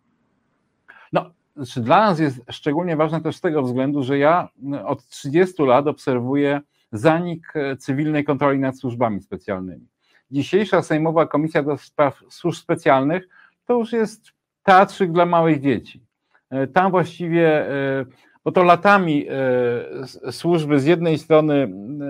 No, znaczy dla nas jest szczególnie ważne też z tego względu, że ja od trzydziestu lat obserwuję zanik cywilnej kontroli nad służbami specjalnymi. Dzisiejsza Sejmowa Komisja do Spraw Służb Specjalnych to już jest teatrzyk dla małych dzieci. Tam właściwie, bo to latami służby z jednej strony,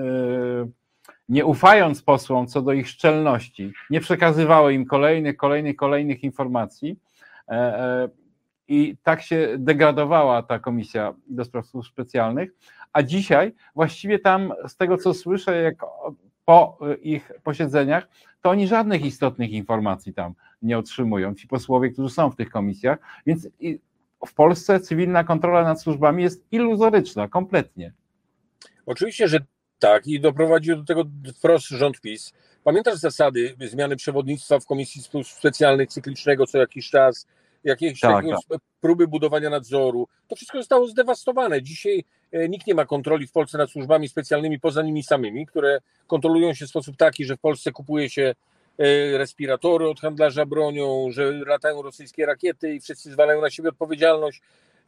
nie ufając posłom co do ich szczelności, nie przekazywały im kolejnych, kolejnych, kolejnych informacji, i tak się degradowała ta komisja do spraw służb specjalnych, a dzisiaj właściwie tam z tego co słyszę, jak po ich posiedzeniach, to oni żadnych istotnych informacji tam nie otrzymują, ci posłowie, którzy są w tych komisjach, więc w Polsce cywilna kontrola nad służbami jest iluzoryczna, kompletnie. Oczywiście, że tak i doprowadził do tego wprost rząd PiS. Pamiętasz zasady zmiany przewodnictwa w Komisji Służb Specjalnych cyklicznego co jakiś czas, jakieś tak, tak. próby budowania nadzoru. To wszystko zostało zdewastowane. Dzisiaj nikt nie ma kontroli w Polsce nad służbami specjalnymi poza nimi samymi, które kontrolują się w sposób taki, że w Polsce kupuje się respiratory od handlarza bronią, że latają rosyjskie rakiety i wszyscy zwalają na siebie odpowiedzialność,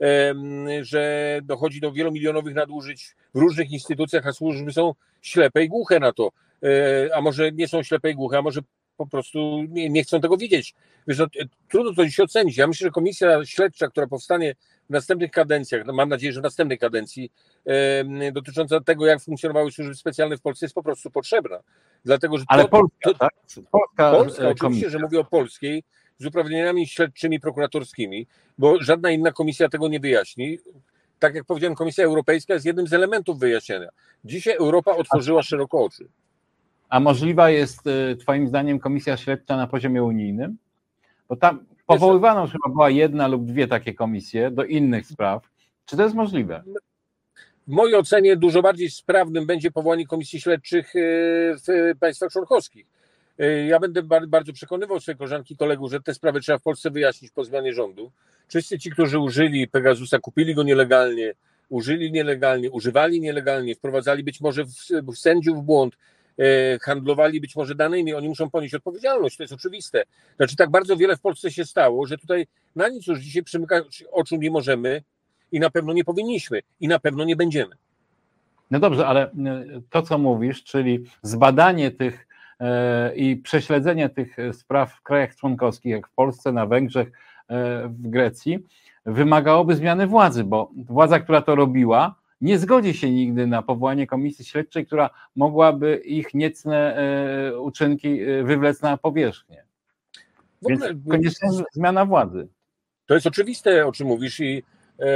że dochodzi do wielomilionowych nadużyć w różnych instytucjach, a służby są ślepe i głuche na to. A może nie są ślepe i głuche, a może po prostu nie, nie chcą tego widzieć. Wiesz, no, trudno to dziś ocenić. Ja myślę, że komisja śledcza, która powstanie w następnych kadencjach, no mam nadzieję, że w następnej kadencji, e, dotycząca tego, jak funkcjonowały służby specjalne w Polsce, jest po prostu potrzebna. Dlatego, że Ale to, Polska, to, tak? Polska, Polska oczywiście, komisja. że mówię o polskiej, z uprawnieniami śledczymi, prokuratorskimi, bo żadna inna komisja tego nie wyjaśni. Tak jak powiedziałem, Komisja Europejska jest jednym z elementów wyjaśnienia. Dzisiaj Europa otworzyła szeroko oczy. A możliwa jest twoim zdaniem komisja śledcza na poziomie unijnym? Bo tam powoływano już chyba była jedna lub dwie takie komisje do innych spraw. Czy to jest możliwe? W mojej ocenie dużo bardziej sprawnym będzie powołanie komisji śledczych w państwach członkowskich. Ja będę bardzo przekonywał swoje koleżanki i kolegów, że te sprawy trzeba w Polsce wyjaśnić po zmianie rządu. Wszyscy ci, którzy użyli Pegasusa, kupili go nielegalnie, użyli nielegalnie, używali nielegalnie, wprowadzali być może w sędziów w błąd, handlowali być może danymi, oni muszą ponieść odpowiedzialność, to jest oczywiste. Znaczy tak bardzo wiele w Polsce się stało, że tutaj na nic już dzisiaj przymykać oczu nie możemy i na pewno nie powinniśmy i na pewno nie będziemy. No dobrze, ale to co mówisz, czyli zbadanie tych i prześledzenie tych spraw w krajach członkowskich, jak w Polsce, na Węgrzech, w Grecji, wymagałoby zmiany władzy, bo władza, która to robiła, nie zgodzi się nigdy na powołanie komisji śledczej, która mogłaby ich niecne uczynki wywlec na powierzchnię. W ogóle, więc konieczna zmiana władzy. To jest oczywiste, o czym mówisz, i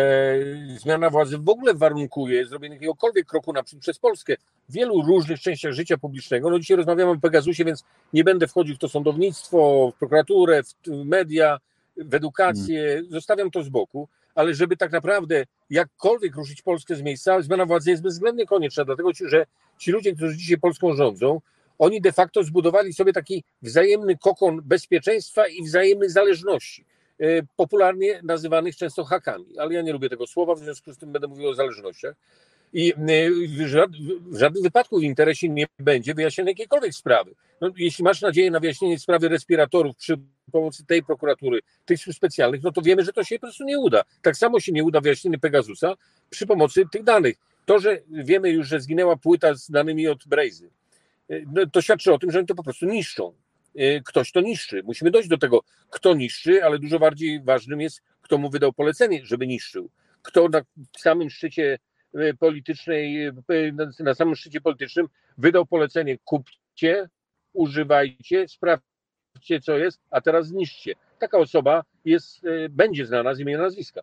e, zmiana władzy w ogóle warunkuje zrobienie jakiegokolwiek kroku naprzód przez Polskę w wielu różnych częściach życia publicznego. No dzisiaj rozmawiamy o Pegasusie, więc nie będę wchodził w to sądownictwo, w prokuraturę, w media, w edukację, hmm. zostawiam to z boku, ale żeby tak naprawdę jakkolwiek ruszyć Polskę z miejsca, zmiana władzy jest bezwzględnie konieczna, dlatego że ci ludzie, którzy dzisiaj Polską rządzą, oni de facto zbudowali sobie taki wzajemny kokon bezpieczeństwa i wzajemnej zależności, popularnie nazywanych często hakami, ale ja nie lubię tego słowa, w związku z tym będę mówił o zależnościach. I w żadnym wypadku w interesie nie będzie wyjaśnienia jakiejkolwiek sprawy. No, jeśli masz nadzieję na wyjaśnienie sprawy respiratorów przy pomocy tej prokuratury, tych służb specjalnych, no to wiemy, że to się po prostu nie uda. Tak samo się nie uda wyjaśnienie Pegasusa przy pomocy tych danych. To, że wiemy już, że zginęła płyta z danymi od Brejzy, no, to świadczy o tym, że oni to po prostu niszczą. Ktoś to niszczy. Musimy dojść do tego, kto niszczy, ale dużo bardziej ważnym jest, kto mu wydał polecenie, żeby niszczył. Kto na samym szczycie politycznej, na samym szczycie politycznym wydał polecenie: kupcie, używajcie, sprawdźcie co jest, a teraz zniszczcie. Taka osoba jest, będzie znana z imienia, nazwiska.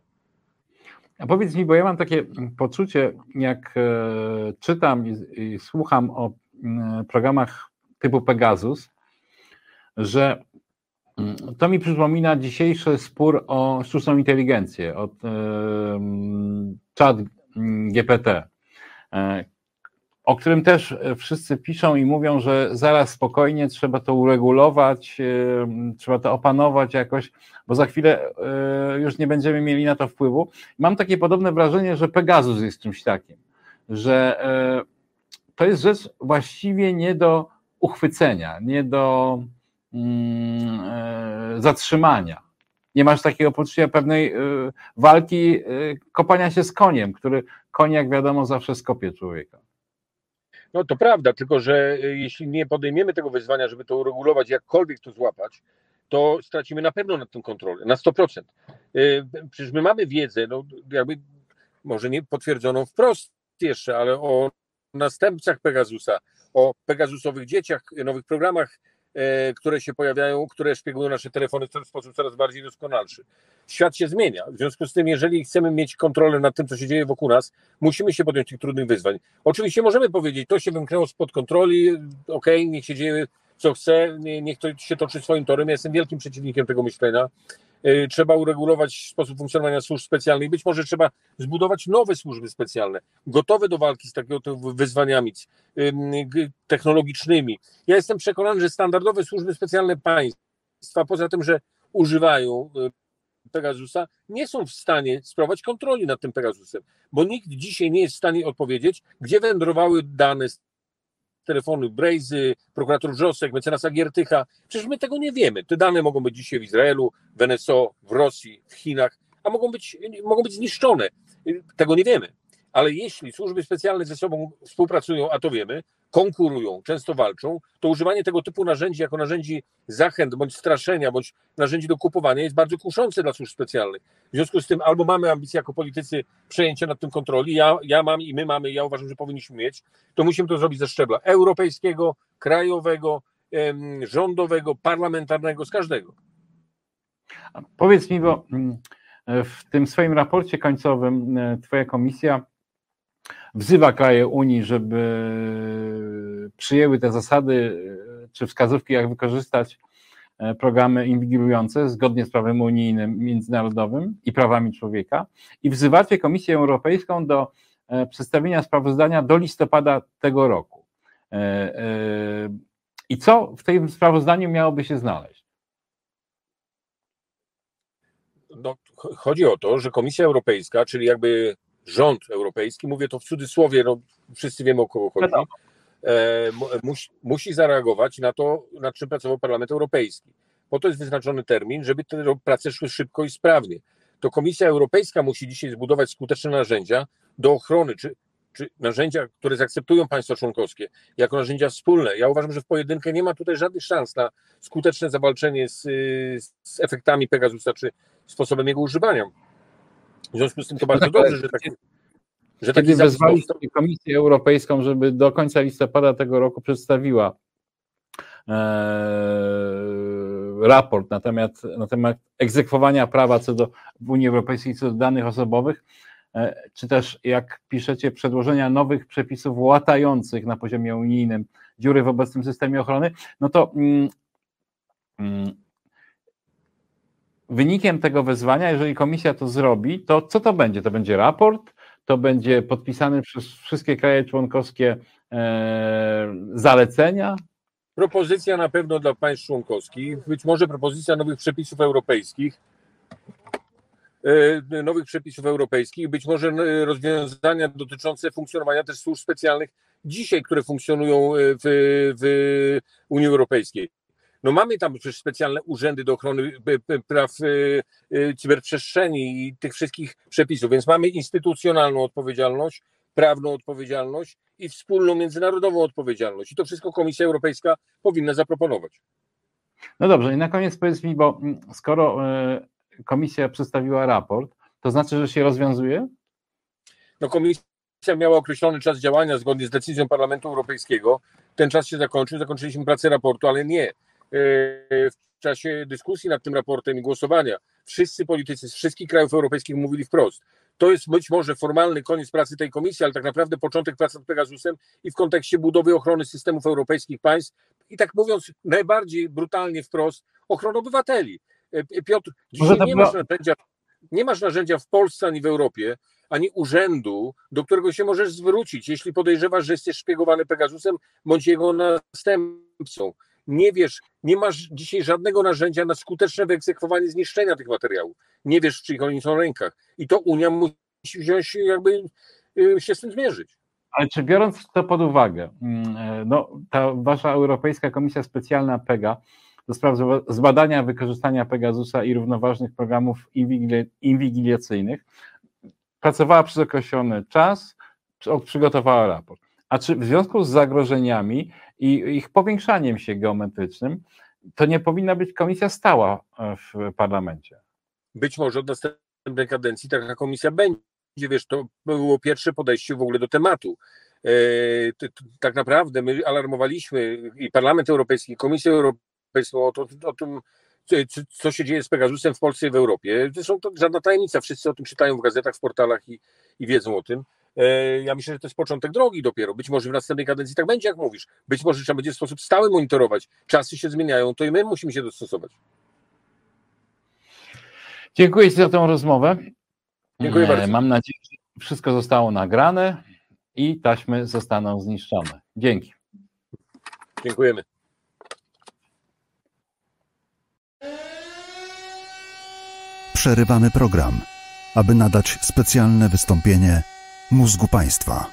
A powiedz mi, bo ja mam takie poczucie, jak czytam i, i słucham o programach typu Pegasus, że to mi przypomina dzisiejszy spór o sztuczną inteligencję, o Chat G P T, o którym też wszyscy piszą i mówią, że zaraz spokojnie trzeba to uregulować, trzeba to opanować jakoś, bo za chwilę już nie będziemy mieli na to wpływu. Mam takie podobne wrażenie, że Pegasus jest czymś takim, że to jest rzecz właściwie nie do uchwycenia, nie do zatrzymania. Nie masz takiego poczucia pewnej walki, kopania się z koniem, który koń, jak wiadomo, zawsze skopie człowieka. No to prawda, tylko że jeśli nie podejmiemy tego wyzwania, żeby to uregulować, jakkolwiek to złapać, to stracimy na pewno nad tym kontrolę, na sto procent. Przecież my mamy wiedzę, no jakby może nie potwierdzoną wprost jeszcze, ale o następcach Pegasusa, o Pegasusowych dzieciach, nowych programach które się pojawiają, które szpiegują nasze telefony w sposób coraz bardziej doskonalszy. Świat się zmienia. W związku z tym, jeżeli chcemy mieć kontrolę nad tym, co się dzieje wokół nas, musimy się podjąć tych trudnych wyzwań. Oczywiście możemy powiedzieć, to się wymknęło spod kontroli, okej, okay, niech się dzieje co chce, niech to się toczy swoim torem. Ja jestem wielkim przeciwnikiem tego myślenia. Trzeba uregulować sposób funkcjonowania służb specjalnych. Być może trzeba zbudować nowe służby specjalne, gotowe do walki z takimi wyzwaniami technologicznymi. Ja jestem przekonany, że standardowe służby specjalne państwa, poza tym, że używają Pegasusa, nie są w stanie sprawować kontroli nad tym Pegasusem, bo nikt dzisiaj nie jest w stanie odpowiedzieć, gdzie wędrowały dane z telefonu Brejzy, prokurator Wrzosek, mecenasa Giertycha. Przecież my tego nie wiemy. Te dane mogą być dzisiaj w Izraelu, w N S O, w Rosji, w Chinach, a mogą być, mogą być zniszczone. Tego nie wiemy. Ale jeśli służby specjalne ze sobą współpracują, a to wiemy, konkurują, często walczą, to używanie tego typu narzędzi jako narzędzi zachęt, bądź straszenia, bądź narzędzi do kupowania jest bardzo kuszące dla służb specjalnych. W związku z tym albo mamy ambicje jako politycy przejęcia nad tym kontroli, ja, ja mam i my mamy, ja uważam, że powinniśmy mieć, to musimy to zrobić ze szczebla europejskiego, krajowego, em, rządowego, parlamentarnego, z każdego. A powiedz mi, bo w tym swoim raporcie końcowym twoja komisja wzywa kraje Unii, żeby przyjęły te zasady czy wskazówki, jak wykorzystać programy inwigilujące zgodnie z prawem unijnym, międzynarodowym i prawami człowieka, i wzywacie Komisję Europejską do przedstawienia sprawozdania do listopada tego roku. I co w tym sprawozdaniu miałoby się znaleźć? No, chodzi o to, że Komisja Europejska, czyli jakby rząd europejski, mówię to w cudzysłowie, no wszyscy wiemy, o kogo chodzi, e, musi, musi zareagować na to, nad czym pracował Parlament Europejski. Po to jest wyznaczony termin, żeby te prace szły szybko i sprawnie. To Komisja Europejska musi dzisiaj zbudować skuteczne narzędzia do ochrony, czy, czy narzędzia, które zaakceptują państwa członkowskie, jako narzędzia wspólne. Ja uważam, że w pojedynkę nie ma tutaj żadnych szans na skuteczne zawalczenie z, z efektami Pegasusa, czy sposobem jego używania. W związku z tym to bardzo dobrze, że taki, że taki Kiedy wezwaliście Komisję Europejską, żeby do końca listopada tego roku przedstawiła e, raport na temat, na temat egzekwowania prawa co do w Unii Europejskiej co do danych osobowych, e, czy też, jak piszecie, przedłożenia nowych przepisów łatających na poziomie unijnym dziury w obecnym systemie ochrony, no to mm, mm, wynikiem tego wezwania, jeżeli komisja to zrobi, to co to będzie? To będzie raport, to będzie podpisany przez wszystkie kraje członkowskie e, zalecenia? Propozycja na pewno dla państw członkowskich, być może propozycja nowych przepisów europejskich, e, nowych przepisów europejskich, być może rozwiązania dotyczące funkcjonowania też służb specjalnych dzisiaj, które funkcjonują w, w Unii Europejskiej. No mamy tam przecież specjalne urzędy do ochrony praw cyberprzestrzeni i tych wszystkich przepisów, więc mamy instytucjonalną odpowiedzialność, prawną odpowiedzialność i wspólną międzynarodową odpowiedzialność. I to wszystko Komisja Europejska powinna zaproponować. No dobrze, i na koniec powiedz mi, bo skoro Komisja przedstawiła raport, to znaczy, że się rozwiązuje? No Komisja miała określony czas działania zgodnie z decyzją Parlamentu Europejskiego. Ten czas się zakończył, zakończyliśmy pracę raportu, ale nie. W czasie dyskusji nad tym raportem i głosowania wszyscy politycy z wszystkich krajów europejskich mówili wprost. To jest być może formalny koniec pracy tej komisji, ale tak naprawdę początek pracy nad Pegasusem i w kontekście budowy ochrony systemów europejskich państw i tak mówiąc najbardziej brutalnie wprost, ochrony obywateli. Piotr, dzisiaj nie masz narzędzia, nie masz narzędzia w Polsce ani w Europie, ani urzędu, do którego się możesz zwrócić, jeśli podejrzewasz, że jesteś szpiegowany Pegasusem bądź jego następcą. Nie wiesz, nie masz dzisiaj żadnego narzędzia na skuteczne wyegzekwowanie zniszczenia tych materiałów. Nie wiesz, w czyich oni są rękach. I to Unia musi wziąć, jakby się z tym zmierzyć. Ale czy biorąc to pod uwagę, no, ta wasza Europejska Komisja Specjalna PEGA do spraw zbadania wykorzystania Pegasusa i równoważnych programów inwigilacyjnych pracowała przez określony czas, przygotowała raport. A czy w związku z zagrożeniami i ich powiększaniem się geometrycznym, to nie powinna być komisja stała w parlamencie? Być może od następnej kadencji taka komisja będzie. Wiesz, to było pierwsze podejście w ogóle do tematu. Tak naprawdę my alarmowaliśmy i Parlament Europejski, i Komisję Europejską o, to, o tym, co się dzieje z Pegasusem w Polsce i w Europie. Zresztą to żadna tajemnica, wszyscy o tym czytają w gazetach, w portalach i, i wiedzą o tym. Ja myślę, że to jest początek drogi dopiero. Być może w następnej kadencji tak będzie, jak mówisz. Być może trzeba będzie w sposób stały monitorować. Czasy się zmieniają, to i my musimy się dostosować. Dziękuję Ci za tę rozmowę. Dziękuję bardzo. Mam nadzieję, że wszystko zostało nagrane i taśmy zostaną zniszczone. Dzięki. Dziękujemy. Przerywamy program, aby nadać specjalne wystąpienie mózgu państwa.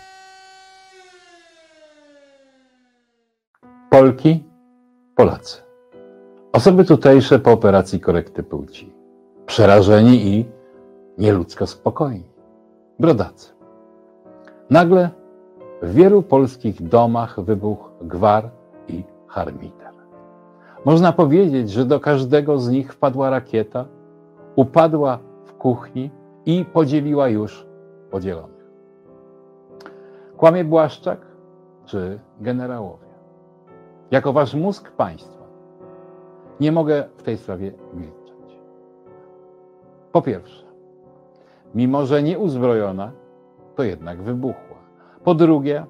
Polki, Polacy. Osoby tutejsze po operacji korekty płci. Przerażeni i nieludzko spokojni. Brodacy. Nagle w wielu polskich domach wybuchł gwar i harmiter. Można powiedzieć, że do każdego z nich wpadła rakieta, upadła w kuchni i podzieliła już podzielonych. Kłamie Błaszczak czy generałowie? Jako wasz mózg państwa nie mogę w tej sprawie milczeć. Po pierwsze, mimo że nie uzbrojona, to jednak wybuchła. Po drugie,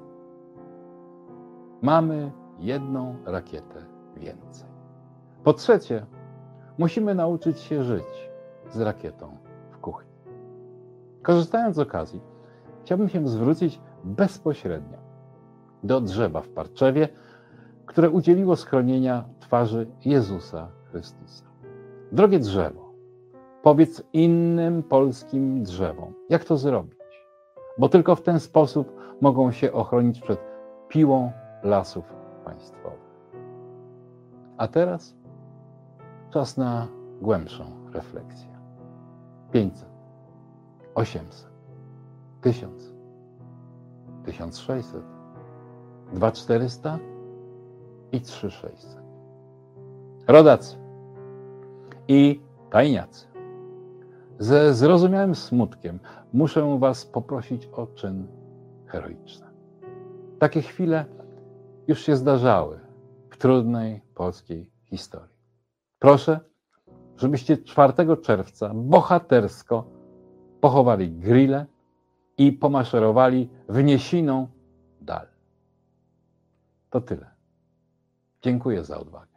mamy jedną rakietę więcej. Po trzecie, musimy nauczyć się żyć z rakietą w kuchni. Korzystając z okazji, chciałbym się zwrócić bezpośrednio do drzewa w Parczewie, które udzieliło schronienia twarzy Jezusa Chrystusa. Drogie drzewo, powiedz innym polskim drzewom, jak to zrobić, bo tylko w ten sposób mogą się ochronić przed piłą lasów państwowych. A teraz czas na głębszą refleksję. pięćset, osiemset, tysiąc, tysiąc sześćset, dwa tysiące czterysta i trzy tysiące sześćset. Rodacy i tajniacy, ze zrozumiałym smutkiem muszę was poprosić o czyn heroiczny. Takie chwile już się zdarzały w trudnej polskiej historii. Proszę, żebyście czwartego czerwca bohatersko pochowali grille i pomaszerowali w niesiną dal. To tyle. Dziękuję za odwagę.